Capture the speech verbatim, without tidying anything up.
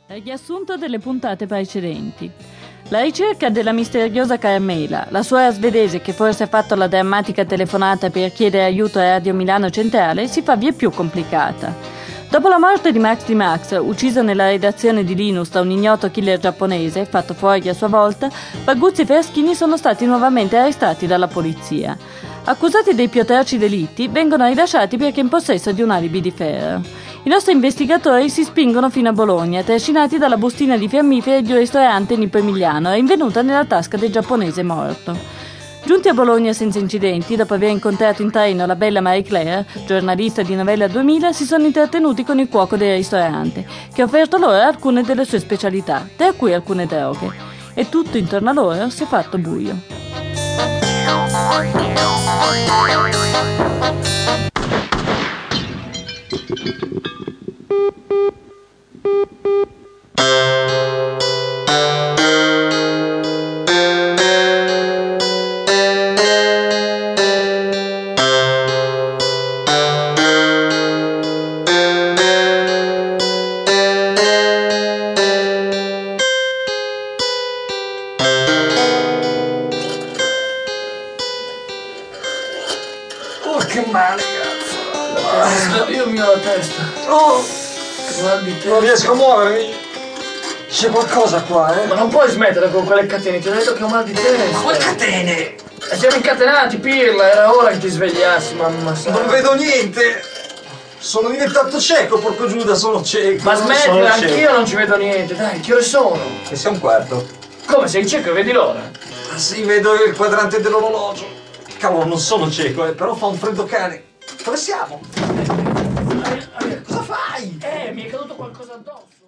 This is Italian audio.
Riassunto delle puntate precedenti. La ricerca della misteriosa Carmela, la suora svedese che forse ha fatto la drammatica telefonata per chiedere aiuto a Radio Milano Centrale, si fa vieppiù complicata. Dopo la morte di Max di Max, ucciso nella redazione di Linus da un ignoto killer giapponese, fatto fuori a sua volta, Baguzzi e Fraschini sono stati nuovamente arrestati dalla polizia. Accusati dei più atroci delitti, vengono rilasciati perché in possesso di un alibi di ferro. I nostri investigatori si spingono fino a Bologna, trascinati dalla bustina di fiammiferi di un ristorante nippo-emiliano, rinvenuta nella tasca del giapponese morto. Giunti a Bologna senza incidenti, dopo aver incontrato in treno la bella Marie Claire, giornalista di Novella duemila, si sono intrattenuti con il cuoco del ristorante, che ha offerto loro alcune delle sue specialità, tra cui alcune droghe. E tutto intorno a loro si è fatto buio. Che male, cazzo! Io mi ho la testa. Oh! Che mal di testa. Non riesco a muovermi. C'è qualcosa qua, eh? Ma non puoi smettere con quelle catene, ti ho detto che ho mal di testa. Ma quale catene? E siamo incatenati, pirla, era ora che ti svegliassi, mamma santa. Non vedo niente. Sono diventato cieco, porco Giuda, sono cieco. Ma smettila, anch'io non ci vedo niente, dai, che ore sono? E sei un quarto. Come, sei cieco e vedi l'ora? Ah sì, vedo il quadrante dell'orologio. Cavolo, non sono cieco, eh, però fa un freddo cane. Dove siamo? Cosa fai? Eh, mi è caduto